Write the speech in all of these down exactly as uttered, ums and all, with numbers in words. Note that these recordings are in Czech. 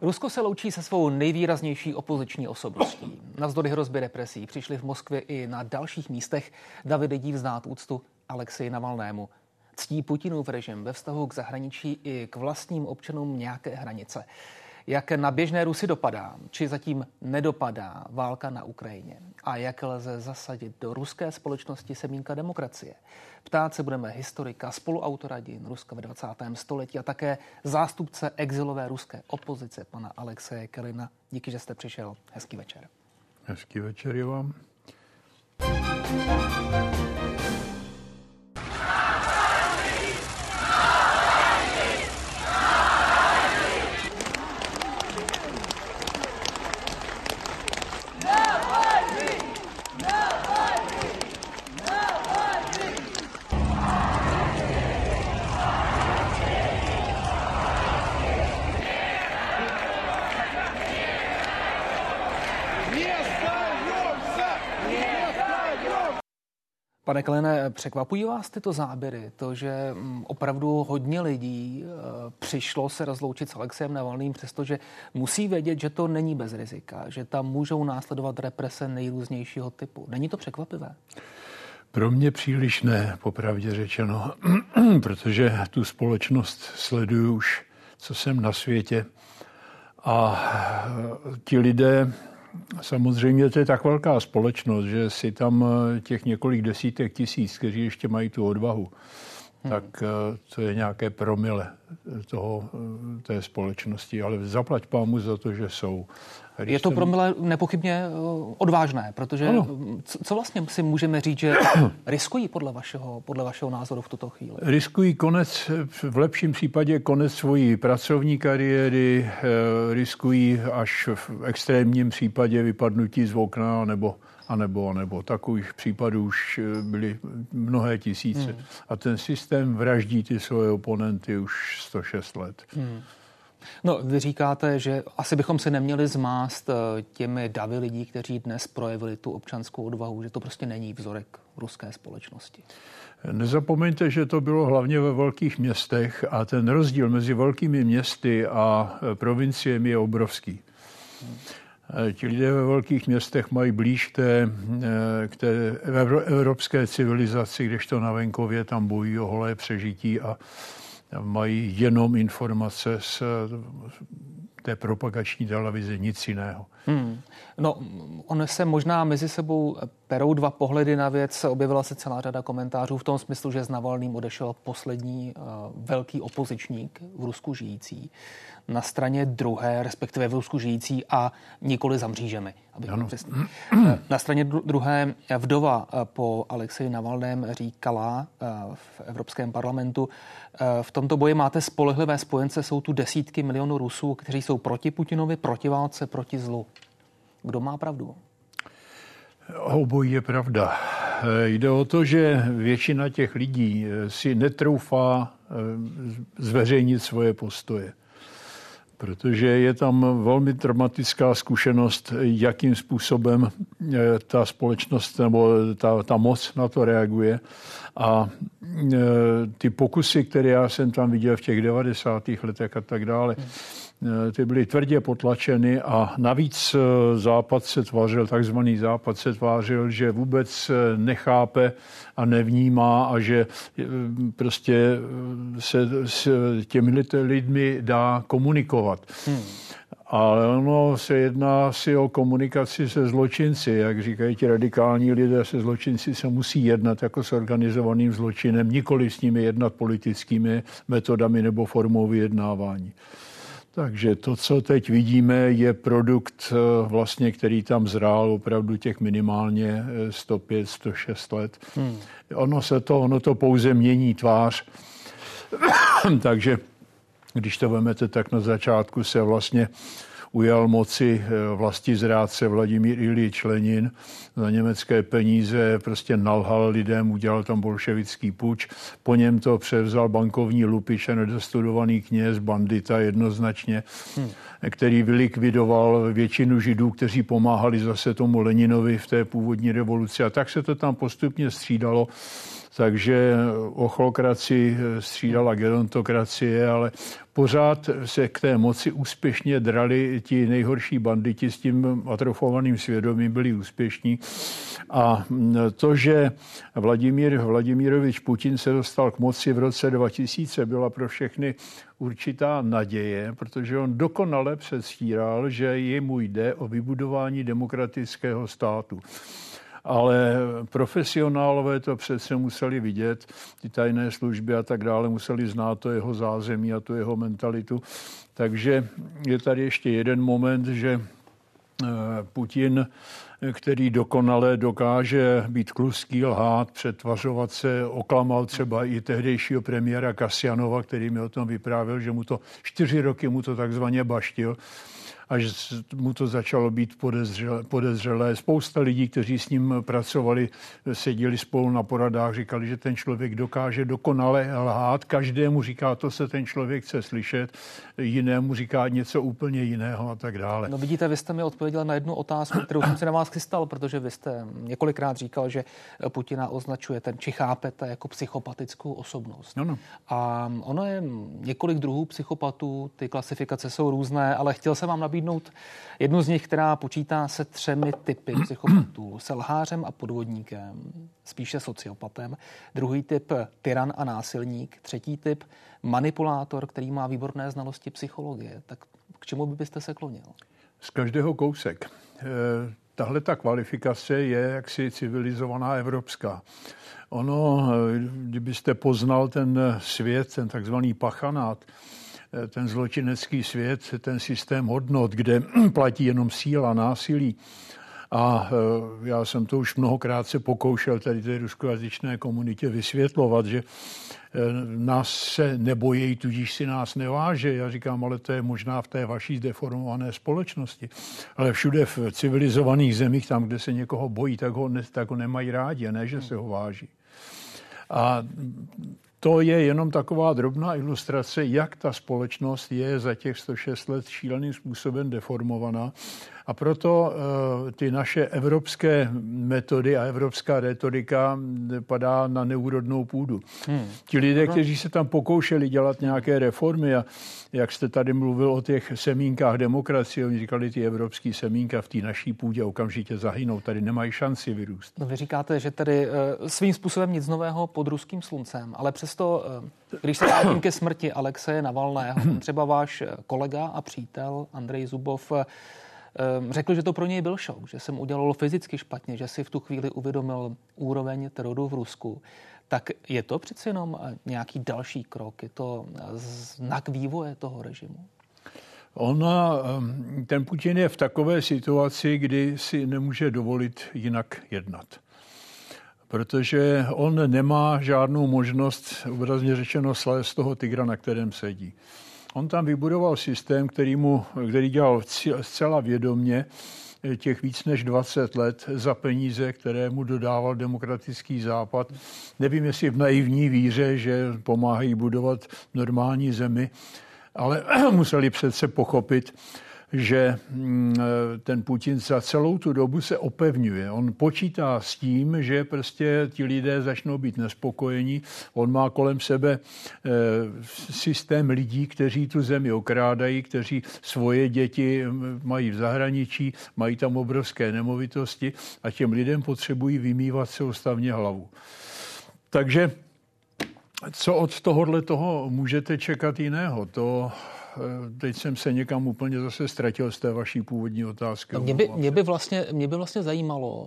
Rusko se loučí se svou nejvýraznější opoziční osobností. Navzdory hrozbě represí přišli v Moskvě i na dalších místech davy lidí vzdát úctu Alexeji Navalnému. Ctí Putinův režim ve vztahu k zahraničí i k vlastním občanům nějaké hranice. Jak na běžné Rusy dopadá, či zatím nedopadá válka na Ukrajině a jak lze zasadit do ruské společnosti semínka demokracie. Ptát se budeme historika, spoluautora dějin Ruska ve dvacátém století a také zástupce exilové ruské opozice, pana Alexeje Kelina. Díky, že jste přišel. Hezký večer. Hezký večer je vám. Pane Keline, překvapují vás tyto záběry? To, že opravdu hodně lidí přišlo se rozloučit s Alexejem Navalným, přestože musí vědět, že to není bez rizika, že tam můžou následovat represe nejrůznějšího typu. Není to překvapivé? Pro mě příliš ne, popravdě řečeno, protože tu společnost sleduju už, co jsem na světě. A ti lidé, samozřejmě to je tak velká společnost, že si tam těch několik desítek tisíc, kteří ještě mají tu odvahu, hmm. tak to je nějaké promile toho, té společnosti. Ale zaplať pámu za to, že jsou. Když je to jsem... promile nepochybně odvážné, protože ano. co vlastně si můžeme říct, že riskují podle vašeho, podle vašeho názoru v tuto chvíli? Riskují konec, v lepším případě konec svojí pracovní kariéry, riskují až v extrémním případě vypadnutí z okna, nebo a nebo, a nebo. Takových případů už byly mnohé tisíce. Hmm. A ten systém vraždí ty svoje oponenty už sto šest let. Hmm. No, vy říkáte, že asi bychom se neměli zmást těmi davy lidí, kteří dnes projevili tu občanskou odvahu, že to prostě není vzorek ruské společnosti. Nezapomeňte, že to bylo hlavně ve velkých městech a ten rozdíl mezi velkými městy a provinciemi je obrovský. Hmm. Ti lidé ve velkých městech mají blíž k té, k té evropské civilizaci, kdežto na venkově tam bojují o holé přežití a mají jenom informace z té propagační televize, nic jiného. Hmm. No, on se možná mezi sebou perou dva pohledy na věc. Objevila se celá řada komentářů v tom smyslu, že s Navalným odešel poslední uh, velký opozičník v Rusku žijící. Na straně druhé, respektive v Rusku žijící a nikoli za mřížemi. Na straně druhé vdova po Alexeji Navalném říkala v Evropském parlamentu, v tomto boji máte spolehlivé spojence, jsou tu desítky milionů Rusů, kteří jsou proti Putinovi, proti válce, proti zlu. Kdo má pravdu? Obojí je pravda. Jde o to, že většina těch lidí si netroufá zveřejnit svoje postoje. Protože je tam velmi dramatická zkušenost, jakým způsobem ta společnost nebo ta, ta moc na to reaguje. A ty pokusy, které já jsem tam viděl v těch devadesátých letech a tak dále, ty byly tvrdě potlačeny a navíc Západ se tvářil, takzvaný Západ se tvářil, že vůbec nechápe a nevnímá a že prostě se s těmi lidmi dá komunikovat. Hmm. Ale ono se jedná si o komunikaci se zločinci. Jak říkají ti radikální lidé, se zločinci se musí jednat jako s organizovaným zločinem, nikoli s nimi jednat politickými metodami nebo formou vyjednávání. Takže to, co teď vidíme, je produkt, vlastně, který tam zrál opravdu těch minimálně sto pět, sto šest let. Hmm. Ono se to, ono to pouze mění tvář. Takže když to vemete, tak na začátku se vlastně ujal moci vlastizrádce Vladimír Iljič Lenin za německé peníze, prostě nalhal lidem, udělal tam bolševický puč. Po něm to převzal bankovní lupič a nedostudovaný kněz, bandita jednoznačně, hmm. který vylikvidoval většinu Židů, kteří pomáhali zase tomu Leninovi v té původní revoluci. A tak se to tam postupně střídalo. Takže ochlokracii střídala gerontokracie, ale pořád se k té moci úspěšně drali ti nejhorší banditi s tím atrofovaným svědomím, byli úspěšní. A to, že Vladimír Vladimirovič Putin se dostal k moci v roce dva tisíce, byla pro všechny určitá naděje, protože on dokonale předstíral, že jemu jde o vybudování demokratického státu. Ale profesionálové to přece museli vidět, ty tajné služby a tak dále, museli znát to jeho zázemí a tu jeho mentalitu. Takže je tady ještě jeden moment, že Putin, který dokonale dokáže být kluský, lhát, přetvařovat se, oklamal třeba i tehdejšího premiéra Kasjanova, který mi o tom vyprávěl, že mu to čtyři roky mu to takzvaně baštil, až mu to začalo být podezřelé, podezřelé. Spousta lidí, kteří s ním pracovali, seděli spolu na poradách, říkali, že ten člověk dokáže dokonale lhát. Každému říká, to se ten člověk chce slyšet, jinému říká něco úplně jiného a tak dále. No vidíte, vy jste mi odpověděl na jednu otázku, kterou jsem si na vás chystal, protože vy jste několikrát říkal, že Putina označujete či chápete jako psychopatickou osobnost. No, no. A ono je několik druhů psychopatů, ty klasifikace jsou různé, ale chtěl jsem vám nabídnout jednu z nich, která počítá se třemi typy psychopatů. Se lhářem a podvodníkem, spíše sociopatem. Druhý typ tyran a násilník. Třetí typ manipulátor, který má výborné znalosti psychologie. Tak k čemu by byste se klonil? Z každého kousek. Tahle ta kvalifikace je jaksi civilizovaná evropská. Ono, kdybyste poznal ten svět, ten takzvaný pachanát, ten zločinecký svět, ten systém hodnot, kde platí jenom síla, násilí. A já jsem to už mnohokrát se pokoušel tady té ruskojazyčné komunitě vysvětlovat, že nás se nebojí, tudíž si nás neváže. Já říkám, ale to je možná v té vaší zdeformované společnosti. Ale všude v civilizovaných zemích, tam, kde se někoho bojí, tak ho, ne, tak ho nemají rádi, ne, že se ho váží. A to je jenom taková drobná ilustrace, jak ta společnost je za těch sto šest let šíleným způsobem deformovaná. A proto uh, ty naše evropské metody a evropská retorika padá na neúrodnou půdu. Hmm. Ti lidé, kteří se tam pokoušeli dělat nějaké reformy a jak jste tady mluvil o těch semínkách demokracie, oni říkali, ty evropský semínka v té naší půdě okamžitě zahynou, tady nemají šanci vyrůst. No vy říkáte, že tady uh, svým způsobem nic nového pod ruským sluncem, ale přesto, uh, když se vrátím ke smrti Alexeje Navalného, třeba váš kolega a přítel Andrej Zubov uh, řekl, že to pro něj byl šok, že jsem udělal fyzicky špatně, že si v tu chvíli uvědomil úroveň teroru v Rusku. Tak je to přeci jenom nějaký další krok? Je to znak vývoje toho režimu? Ona, ten Putin je v takové situaci, kdy si nemůže dovolit jinak jednat. Protože on nemá žádnou možnost, obrazně řečeno, slézt z toho tygra, na kterém sedí. On tam vybudoval systém, který, mu, který dělal zcela vědomě těch víc než dvacet let za peníze, které mu dodával demokratický západ. Nevím, jestli v naivní víře, že pomáhají budovat normální zemi, ale museli přece pochopit, že ten Putin za celou tu dobu se opevňuje. On počítá s tím, že prostě ti lidé začnou být nespokojení. On má kolem sebe systém lidí, kteří tu zemi okrádají, kteří svoje děti mají v zahraničí, mají tam obrovské nemovitosti a těm lidem potřebují vymývat soustavně hlavu. Takže co od tohohle toho můžete čekat jiného? To teď jsem se někam úplně zase ztratil z té vaší původní otázky. Mě by, mě by, vlastně, mě by vlastně zajímalo,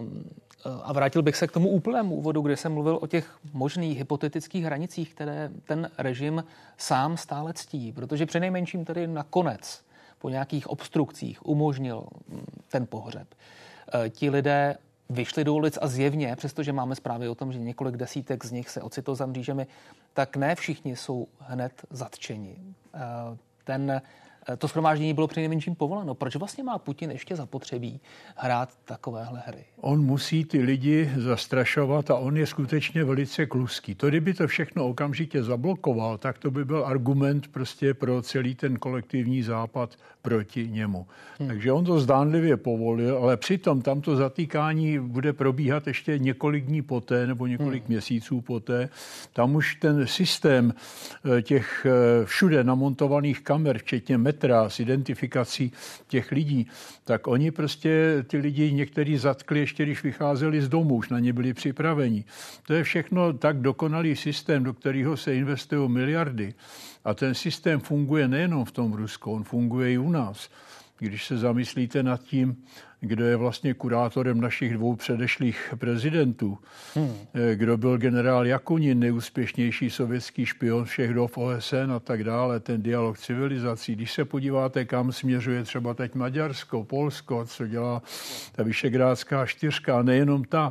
a vrátil bych se k tomu úplnému úvodu, kde jsem mluvil o těch možných hypotetických hranicích, které ten režim sám stále ctí, protože přinejmenším tedy nakonec po nějakých obstrukcích umožnil ten pohřeb. Ti lidé vyšli do ulic a zjevně, přestože máme zprávy o tom, že několik desítek z nich se ocitlo za mřížemi, tak ne všichni jsou hned zatčeni. Ten to shromáždění bylo přinejmenším povoleno. Proč vlastně má Putin ještě zapotřebí hrát takovéhle hry? On musí ty lidi zastrašovat a on je skutečně velice kluský. To, kdyby to všechno okamžitě zablokoval, tak to by byl argument prostě pro celý ten kolektivní západ proti němu. Hmm. Takže on to zdánlivě povolil, ale přitom tamto zatýkání bude probíhat ještě několik dní poté nebo několik hmm. měsíců poté. Tam už ten systém těch všude namontovaných kamer, včetně metra s identifikací těch lidí, tak oni prostě ty lidi někteří zatkli ještě, když vycházeli z domu, už na ně byli připraveni. To je všechno tak dokonalý systém, do kterého se investují miliardy. A ten systém funguje nejenom v tom Rusku, on funguje i u nás. Když se zamyslíte nad tím, kdo je vlastně kurátorem našich dvou předešlých prezidentů, hmm. kdo byl generál Jakunin, nejúspěšnější sovětský špion všech dob O S N a tak dále, ten dialog civilizací. Když se podíváte, kam směřuje třeba teď Maďarsko, Polsko, co dělá ta Visegrádská čtyřka, a nejenom ta,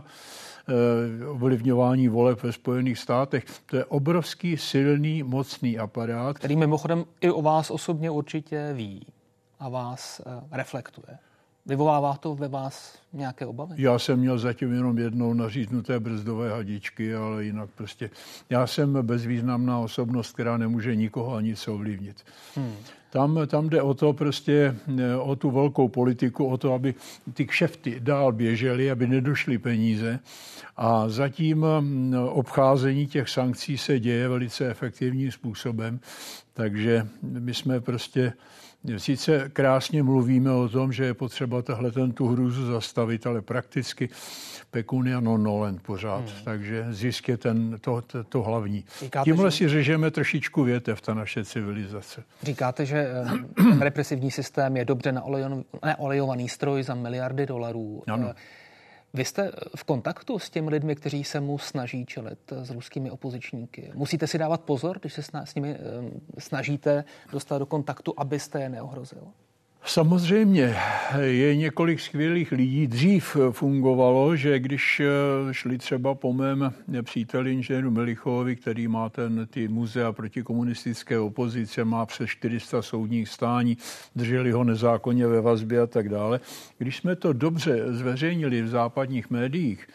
ovlivňování voleb ve Spojených státech. To je obrovský, silný, mocný aparát. Který mimochodem i o vás osobně určitě ví a vás reflektuje. Vyvolává to ve vás nějaké obavy? Já jsem měl zatím jenom jednou naříznuté brzdové hadičky, ale jinak prostě. Já jsem bezvýznamná osobnost, která nemůže nikoho ani nic ovlivnit. Hmm. Tam, tam jde o to prostě, o tu velkou politiku, o to, aby ty kšefty dál běžely, aby nedošly peníze. A zatím obcházení těch sankcí se děje velice efektivním způsobem. Takže my jsme prostě sice krásně mluvíme o tom, že je potřeba tahle ten tu hrůzu zastavit, ale prakticky pecunia non nolent pořád. Hmm. Takže zisk je ten, to, to, to hlavní. Říkáte, tímhle že... si řežeme trošičku větev, ta naše civilizace. Říkáte, že represivní systém je dobře naolejovaný stroj za miliardy dolarů. Ano. Vy jste v kontaktu s těmi lidmi, kteří se mu snaží čelit, s ruskými opozičníky. Musíte si dávat pozor, když se s nimi snažíte dostat do kontaktu, abyste je neohrozil? Samozřejmě je několik skvělých lidí. Dřív fungovalo, že když šli třeba po mém příteli inženýru Melichovi, který má ten, ty muzea proti komunistické opozice, má přes čtyři sta soudních stání, drželi ho nezákonně ve vazbě a tak dále. Když jsme to dobře zveřejnili v západních médiích,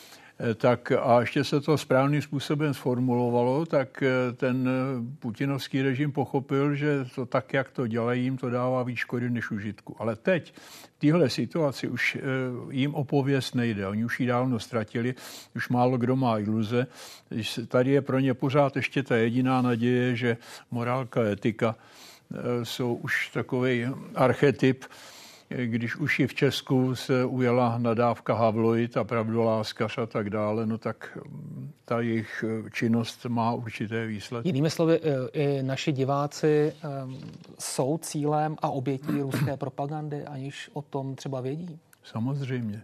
tak a ještě se to správným způsobem sformulovalo, tak ten putinovský režim pochopil, že to tak, jak to dělají, jim to dává víc škody než užitku. Ale teď v téhle situaci už jim o pověst nejde. Oni už ji dávno ztratili, už málo kdo má iluze. Tady je pro ně pořád ještě ta jediná naděje, že morálka a etika jsou už takový archetyp, když už i v Česku se ujela nadávka Havloid a pravdoláskař a tak dále, no tak ta jejich činnost má určité výsledky. Jinými slovy, i naši diváci jsou cílem a obětí ruské propagandy, aniž o tom třeba vědí? Samozřejmě.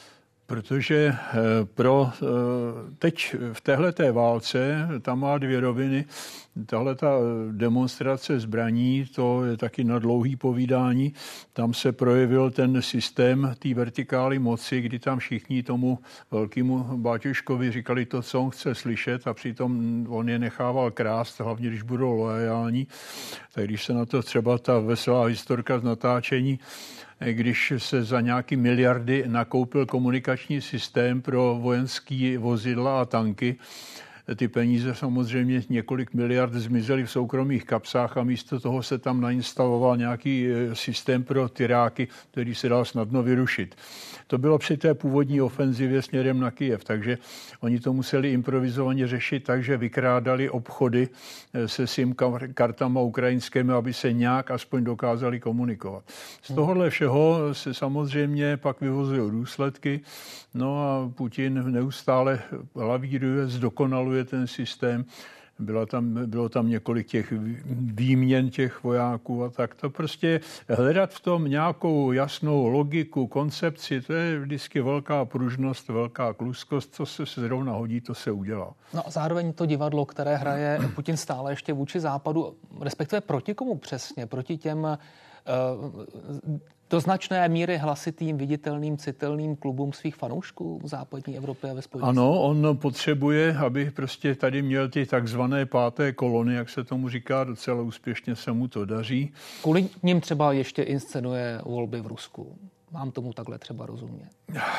Protože pro teď v téhleté válce, tam má dvě roviny. Tahle ta demonstrace zbraní, to je taky na dlouhý povídání. Tam se projevil ten systém té vertikály moci, kdy tam všichni tomu velkému Báťuškovi říkali to, co on chce slyšet, a přitom on je nechával krást, hlavně když budou loajální. Tak když se na to třeba ta veselá historka z natáčení, když se za nějaký miliardy nakoupil komunikační systém pro vojenský vozidla a tanky, ty peníze samozřejmě několik miliard zmizely v soukromých kapsách a místo toho se tam nainstaloval nějaký systém pro tyráky, který se dal snadno vyrušit. To bylo při té původní ofenzivě směrem na Kyjev, takže oni to museli improvizovaně řešit tak, že vykrádali obchody se SIM kartama ukrajinskými, aby se nějak aspoň dokázali komunikovat. Z tohohle všeho se samozřejmě pak vyvozují důsledky, no a Putin neustále lavíruje, zdokonaluje ten systém. Bylo tam, bylo tam několik těch výměn těch vojáků a tak. To prostě hledat v tom nějakou jasnou logiku, koncepci, to je vždycky velká pružnost, velká kluskost, co se zrovna hodí, to se udělá. No a zároveň to divadlo, které hraje Putin stále ještě vůči západu, respektive proti komu přesně? Proti těm Do značné míry hlasitým, viditelným, citelným klubům svých fanoušků v západní Evropě a ve Spojených státech? Ano, on potřebuje, aby prostě tady měl ty takzvané páté kolony, jak se tomu říká, docela úspěšně se mu to daří. Kvůli ním třeba ještě inscenuje volby v Rusku. Mám tomu takhle třeba rozumět?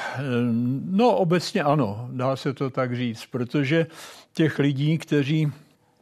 No, obecně ano, dá se to tak říct, protože těch lidí, kteří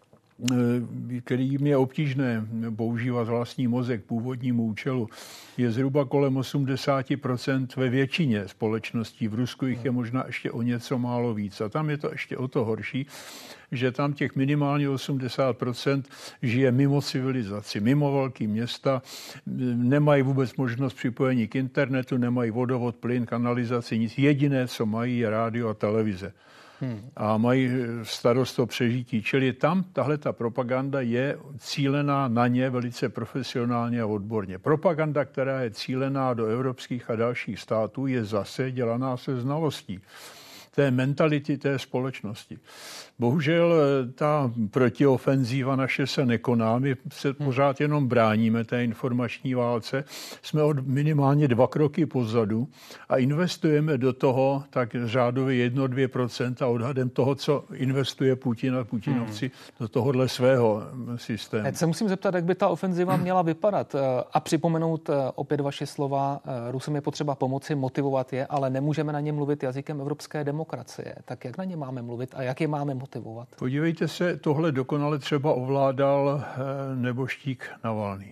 kterým je obtížné používat vlastní mozek původnímu účelu, je zhruba kolem osmdesát procent ve většině společností. V Rusku jich je možná ještě o něco málo víc. A tam je to ještě o to horší, že tam těch minimálně osmdesát procent žije mimo civilizaci, mimo velký města, nemají vůbec možnost připojení k internetu, nemají vodovod, plyn, kanalizaci, nic. Jediné, co mají, je rádio a televize. Hmm. A mají starost o přežití. Čili tam tahle ta propaganda je cílená na ně velice profesionálně a odborně. Propaganda, která je cílená do evropských a dalších států, je zase dělaná se znalostí té mentality té společnosti. Bohužel ta protiofenzíva naše se nekoná, my se pořád jenom bráníme té informační válce. Jsme od minimálně dva kroky pozadu a investujeme do toho tak řádově jedno až dvě procenta odhadem toho, co investuje Putin a Putinovci hmm. do tohohle svého systému. Teď se musím zeptat, jak by ta ofenziva měla vypadat a připomenout opět vaše slova. Rusům je potřeba pomoci, motivovat je, ale nemůžeme na ně mluvit jazykem evropské demokracie. Tak jak na ně máme mluvit a jak je máme motivovat? Podívejte se, tohle dokonale třeba ovládal nebožtík Navalný.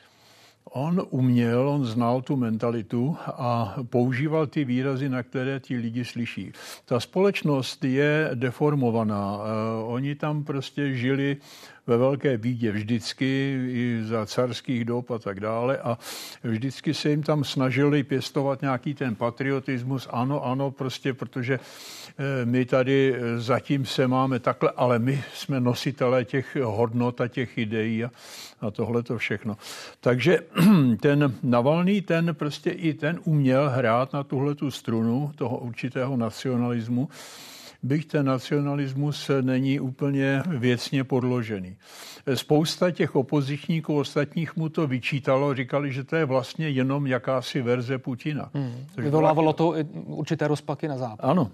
On uměl, on znal tu mentalitu a používal ty výrazy, na které ti lidi slyší. Ta společnost je deformovaná. Oni tam prostě žili ve velké bídě vždycky, i za carských dob a tak dále. A vždycky se jim tam snažili pěstovat nějaký ten patriotismus. Ano, ano, prostě, protože my tady zatím se máme takhle, ale my jsme nositelé těch hodnot a těch ideí a, a tohle to všechno. Takže ten Navalný, ten prostě i ten uměl hrát na tuhletu strunu toho určitého nacionalismu, byť ten nacionalismus není úplně věcně podložený. Spousta těch opozičníků ostatních mu to vyčítalo, říkali, že to je vlastně jenom jakási verze Putina. Hmm. Vyvolávalo to i určité rozpaky na západ. Ano.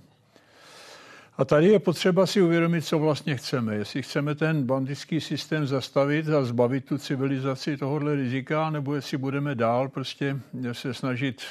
A tady je potřeba si uvědomit, co vlastně chceme. Jestli chceme ten bandický systém zastavit a zbavit tu civilizaci tohohle rizika, nebo jestli budeme dál prostě se snažit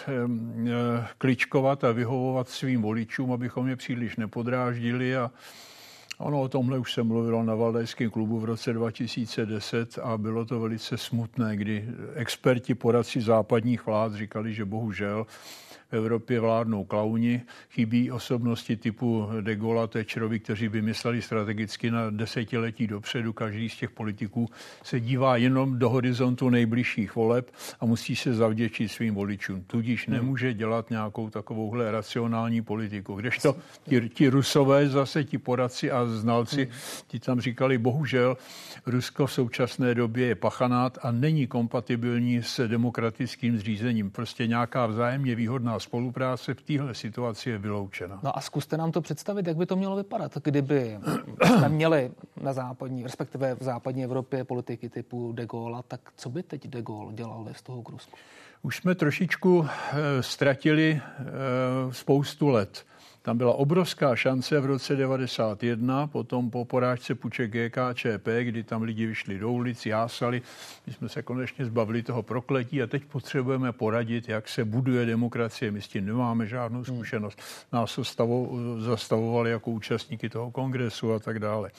kličkovat a vyhovovat svým voličům, abychom je příliš nepodráždili. A ono o tomhle už se mluvilo na Valdajském klubu v roce dva tisíce deset a bylo to velice smutné, kdy experti, poradci západních vlád říkali, že bohužel v Evropě vládnou klauni, chybí osobnosti typu de Gaulle'a, Thatcherovi, kteří by mysleli strategicky na desetiletí dopředu. Každý z těch politiků se dívá jenom do horizontu nejbližších voleb a musí se zavděčit svým voličům. Tudíž nemůže dělat nějakou takovouhle racionální politiku. Kdežto ti, ti Rusové, zase ti poradci a znalci, ti tam říkali, bohužel Rusko v současné době je pachanát a není kompatibilní s demokratickým zřízením. Prostě nějaká vzájemně výhodná spolupráce v téhle situaci je vyloučena. No a zkuste nám to představit, jak by to mělo vypadat, kdyby jsme měli na západní, respektive v západní Evropě politiky typu de Gaulle'a, tak co by teď de Gaulle dělal ve vztahu k Rusku? Už jsme trošičku e, ztratili e, spoustu let. Tam byla obrovská šance v roce devadesát jedna, potom po porážce puče G K Č P, kdy tam lidi vyšli do ulic, jásali. My jsme se konečně zbavili toho prokletí a teď potřebujeme poradit, jak se buduje demokracie. My s tím nemáme žádnou zkušenost. Nás to stavo, zastavovali jako účastníky toho kongresu a tak dále.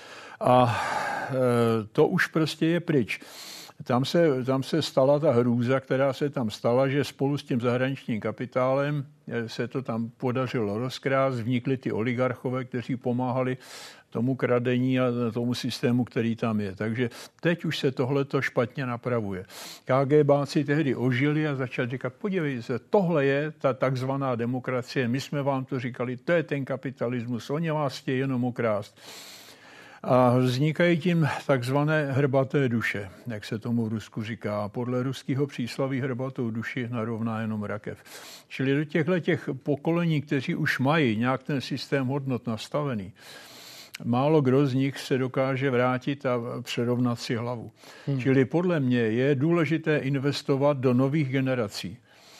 A e, to už prostě je pryč. Tam se, tam se stala ta hrůza, která se tam stala, že spolu s tím zahraničním kapitálem se to tam podařilo rozkrást, vznikly ty oligarchové, kteří pomáhali tomu kradení a tomu systému, který tam je. Takže teď už se tohleto špatně napravuje. KGBáci tehdy ožili a začali říkat, podívejte se, tohle je ta takzvaná demokracie, my jsme vám to říkali, to je ten kapitalismus, oni vás chtějí jenom okrást. A vznikají tím takzvané hrbaté duše, jak se tomu v Rusku říká. Podle ruského příslaví hrbatou duši narovná jenom rakev. Čili do těchto těch pokolení, kteří už mají nějak ten systém hodnot nastavený, málo kdo z nich se dokáže vrátit a přerovnat si hlavu. Hmm. Čili podle mě je důležité investovat do nových generací.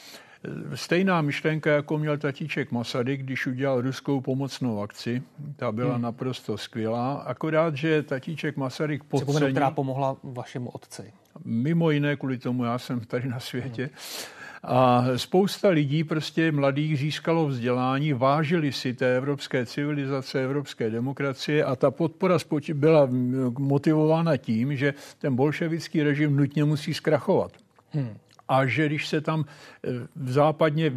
Stejná myšlenka, jako měl tatíček Masaryk, když udělal ruskou pomocnou akci. Ta byla hmm. naprosto skvělá. Akorát, že tatíček Masaryk podcenil... která pomohla vašemu otci. Mimo jiné kvůli tomu, já jsem tady na světě. Hmm. A spousta lidí, prostě mladých, získalo vzdělání, vážili si té evropské civilizace, evropské demokracie a ta podpora byla motivována tím, že ten bolševický režim nutně musí zkrachovat. Hmm. A že když se tam západně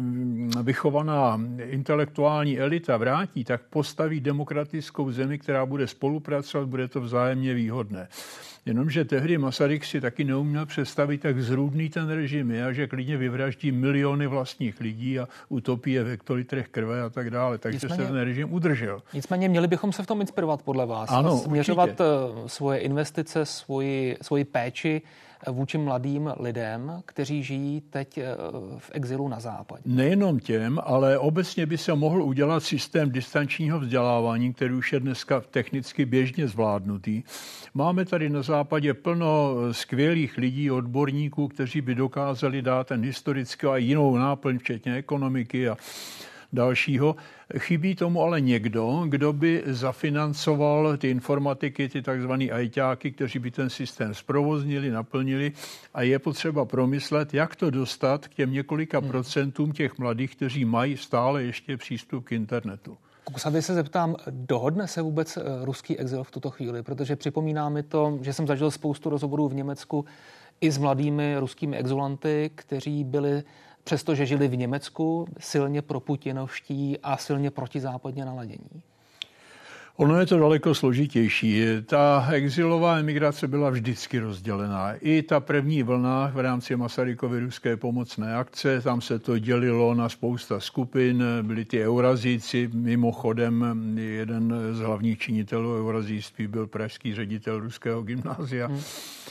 vychovaná intelektuální elita vrátí, tak postaví demokratickou zemi, která bude spolupracovat, bude to vzájemně výhodné. Jenomže tehdy Masaryk si taky neuměl představit, jak zrůdný ten režim je a že klidně vyvraždí miliony vlastních lidí a utopí je v hektolitrech krve a tak dále. Takže nicméně, se ten režim udržel. Nicméně měli bychom se v tom inspirovat podle vás. Ano, směřovat určitě. Svoje investice, svoji, svoji péči vůči mladým lidem, kteří žijí teď v exilu na západě. Nejenom těm, ale obecně by se mohl udělat systém distančního vzdělávání, který už je dneska technicky běžně zvládnutý. Máme tady na západě plno skvělých lidí, odborníků, kteří by dokázali dát ten historický a jinou náplň, včetně ekonomiky a dalšího. Chybí tomu ale někdo, kdo by zafinancoval ty informatiky, ty takzvaný ajťáky, kteří by ten systém zprovoznili, naplnili a je potřeba promyslet, jak to dostat k těm několika hmm. procentům těch mladých, kteří mají stále ještě přístup k internetu. Kukusady se zeptám, dohodne se vůbec ruský exil v tuto chvíli? Protože připomíná mi to, že jsem zažil spoustu rozhovorů v Německu i s mladými ruskými exilanty, kteří byli, přestože žili v Německu, silně proputinovští a silně protizápadně naladění. Ono je to daleko složitější. Ta exilová emigrace byla vždycky rozdělená. I ta první vlna v rámci Masarykovy ruské pomocné akce, tam se to dělilo na spousta skupin, byli ty eurazíci, mimochodem jeden z hlavních činitelů eurazijství byl pražský ředitel ruského gymnázia. Hmm.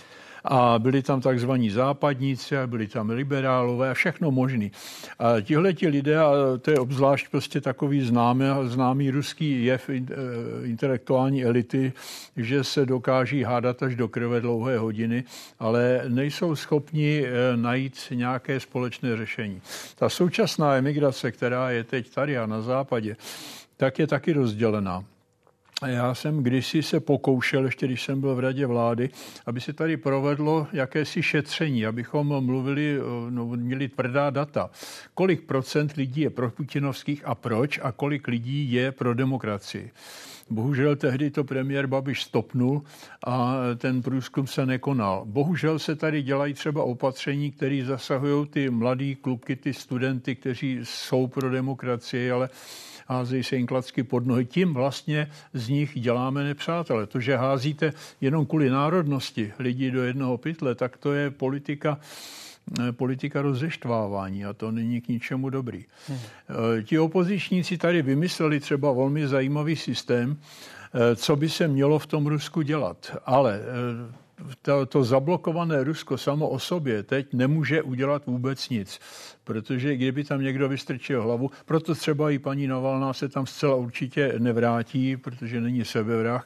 A byli tam takzvaní západníci, a byli tam liberálové a všechno možný. A tihleti lidé, a to je obzvlášť prostě takový známý, známý ruský jev intelektuální elity, že se dokáží hádat až do krve dlouhé hodiny, ale nejsou schopni najít nějaké společné řešení. Ta současná emigrace, která je teď tady a na západě, tak je taky rozdělená. Já jsem kdysi se pokoušel, ještě když jsem byl v radě vlády, aby se tady provedlo jakési šetření, abychom mluvili, no, měli tvrdá data. Kolik procent lidí je pro putinovských a proč a kolik lidí je pro demokracii. Bohužel tehdy to premiér Babiš stopnul a ten průzkum se nekonal. Bohužel se tady dělají třeba opatření, které zasahují ty mladý klubky, ty studenty, kteří jsou pro demokracii, ale házejí se jim klacky pod nohy. Tím vlastně z nich děláme nepřátele. To, že házíte jenom kvůli národnosti lidí do jednoho pytle, tak to je politika, politika rozeštvávání a to není k ničemu dobrý. Hmm. Ti opozičníci tady vymysleli třeba velmi zajímavý systém, co by se mělo v tom Rusku dělat. Ale to, to zablokované Rusko samo o sobě teď nemůže udělat vůbec nic, protože kdyby tam někdo vystrčil hlavu, proto třeba i paní Navalná se tam zcela určitě nevrátí, protože není sebevrah.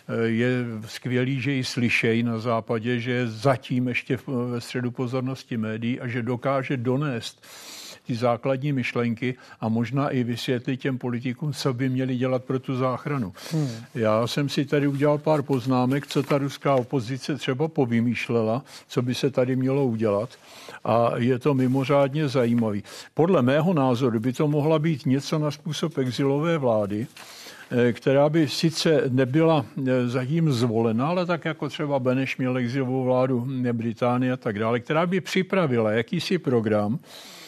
Je skvělý, že ji slyšejí na západě, že je zatím ještě ve středu pozornosti médií a že dokáže donést ty základní myšlenky a možná i vysvětlit těm politikům, co by měli dělat pro tu záchranu. Hmm. Já jsem si tady udělal pár poznámek, co ta ruská opozice třeba povymýšlela, co by se tady mělo udělat a je to mimořádně zajímavý. Podle mého názoru by to mohla být něco na způsob exilové vlády, která by sice nebyla zatím zvolena, ale tak jako třeba Beneš měl exilovou vládu Británie a tak dále, která by připravila jakýsi program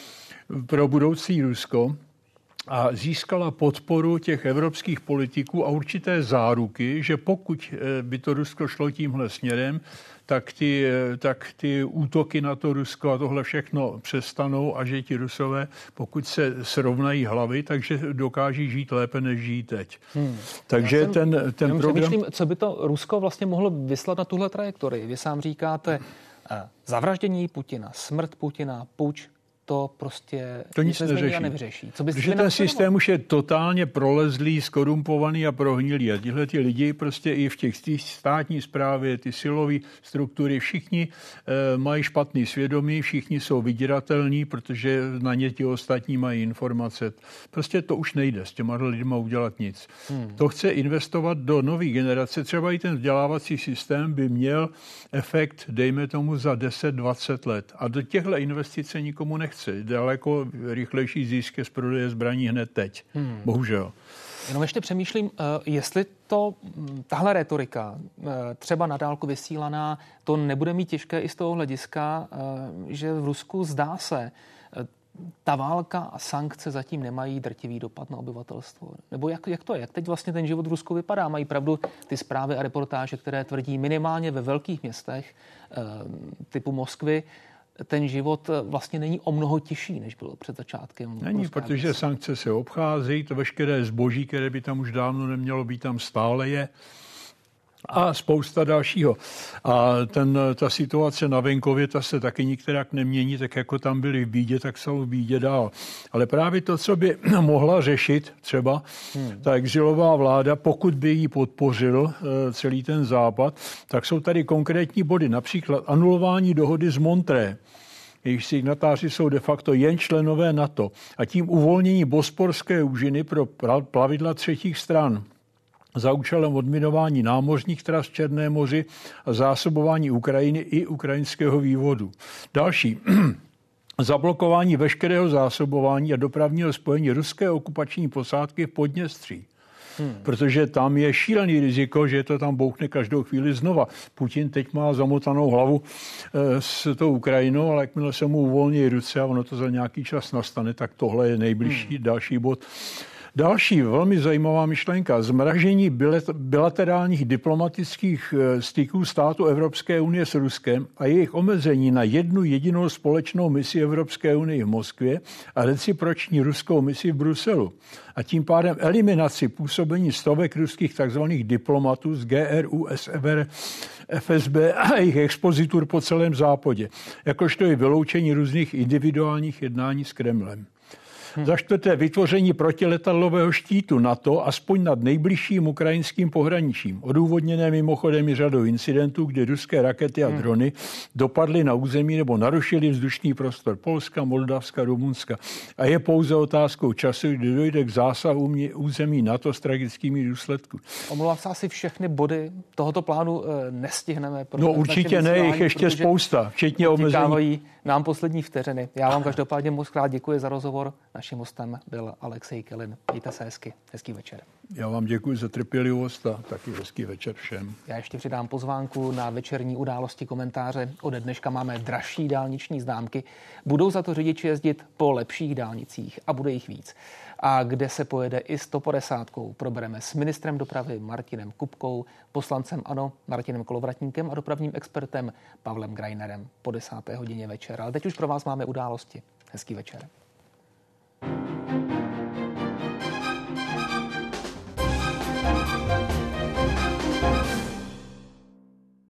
pro budoucí Rusko a získala podporu těch evropských politiků a určité záruky, že pokud by to Rusko šlo tímhle směrem, tak ty, tak ty útoky na to Rusko a tohle všechno přestanou a že ti Rusové, pokud se srovnají hlavy, takže dokáží žít lépe, než žijí teď. Hmm. Takže jsem, ten, ten program... Přemýšlím, co by to Rusko vlastně mohlo vyslat na tuhle trajektorii. Vy sám říkáte zavraždění Putina, smrt Putina, puč, to prostě to nic neřeší. A nevyřeší. Co bys Protože ten systém už je totálně prolezlý, skorumpovaný a prohnilý. A tihle ti lidi prostě i v těch státní správě, ty silové struktury, všichni e, mají špatný svědomí, všichni jsou vydíratelní, protože na ně ti ostatní mají informace. Prostě to už nejde s těma lidma udělat nic. Hmm. To chce investovat do nové generace. Třeba i ten vzdělávací systém by měl efekt, dejme tomu, za deset dvacet let. A do těchto investice nikomu nechce. Daleko rychlejší zisk z prodeje zbraní hned teď. Hmm. Bohužel. Jenom ještě přemýšlím, jestli to, tahle retorika, třeba na dálku vysílaná, to nebude mít těžké i z toho hlediska, že v Rusku zdá se, ta válka a sankce zatím nemají drtivý dopad na obyvatelstvo. Nebo jak, jak to je? Jak teď vlastně ten život v Rusku vypadá? Mají pravdu ty zprávy a reportáže, které tvrdí minimálně ve velkých městech typu Moskvy, ten život vlastně není o mnoho těžší, než bylo před začátkem. Není, protože věc. Sankce se obcházejí, to veškeré zboží, které by tam už dávno nemělo být, tam stále je. A spousta dalšího. A ten, ta situace na venkově, ta se taky nikterak nemění, tak jako tam byli v bídě, tak jsou v bídě dál. Ale právě to, co by mohla řešit třeba hmm. ta exilová vláda, pokud by ji podpořil celý ten západ, tak jsou tady konkrétní body. Například anulování dohody z Montré. Jejich signatáři jsou de facto jen členové NATO. A tím uvolnění Bosporské úžiny pro plavidla třetích stran za účelem odminování námořních tras v Černém moři a zásobování Ukrajiny i ukrajinského vývodu. Další. Zablokování veškerého zásobování a dopravního spojení ruské okupační posádky v Podněstří. Hmm. Protože tam je šílený riziko, že to tam bouchne každou chvíli znova. Putin teď má zamotanou hlavu e, s tou Ukrajinou, ale jakmile se mu uvolní ruce a ono to za nějaký čas nastane, tak tohle je nejbližší hmm. další bod. Další velmi zajímavá myšlenka. Zmražení bilaterálních diplomatických styků států Evropské unie s Ruskem a jejich omezení na jednu jedinou společnou misi Evropské unie v Moskvě a reciproční ruskou misi v Bruselu. A tím pádem eliminaci působení stovek ruských takzvaných diplomatů z G R U, S F R, F S B a jejich expozitur po celém západě. Jakožto je vyloučení různých individuálních jednání s Kremlem. Hmm. Za čtvrté vytvoření protiletadlového štítu NATO aspoň nad nejbližším ukrajinským pohraničím. Odůvodněné mimochodem i řadou incidentů, kdy ruské rakety a hmm. drony dopadly na území nebo narušily vzdušný prostor Polska, Moldavska, Rumunska. A je pouze otázkou času, kdy dojde k zásahu území NATO s tragickými důsledky. Omlouvám se, asi všechny body tohoto plánu nestihneme. No určitě ne, jich ještě spousta, včetně omezení. Nám poslední vteřiny. Já vám každopádně moc krát děkuji za rozhovor. Naším hostem byl Alexej Kylin. Mějte se hezky. Hezký večer. Já vám děkuji za trpělivost a taky hezký večer všem. Já ještě přidám pozvánku na večerní události komentáře. Ode dneška máme dražší dálniční známky. Budou za to řidiči jezdit po lepších dálnicích a bude jich víc. A kde se pojede i sto padesát, probereme s ministrem dopravy Martinem Kupkou, poslancem ANO Martinem Kolovratníkem a dopravním expertem Pavlem Grajnerem po desáté hodině večera. Ale teď už pro vás máme události. Hezký večer.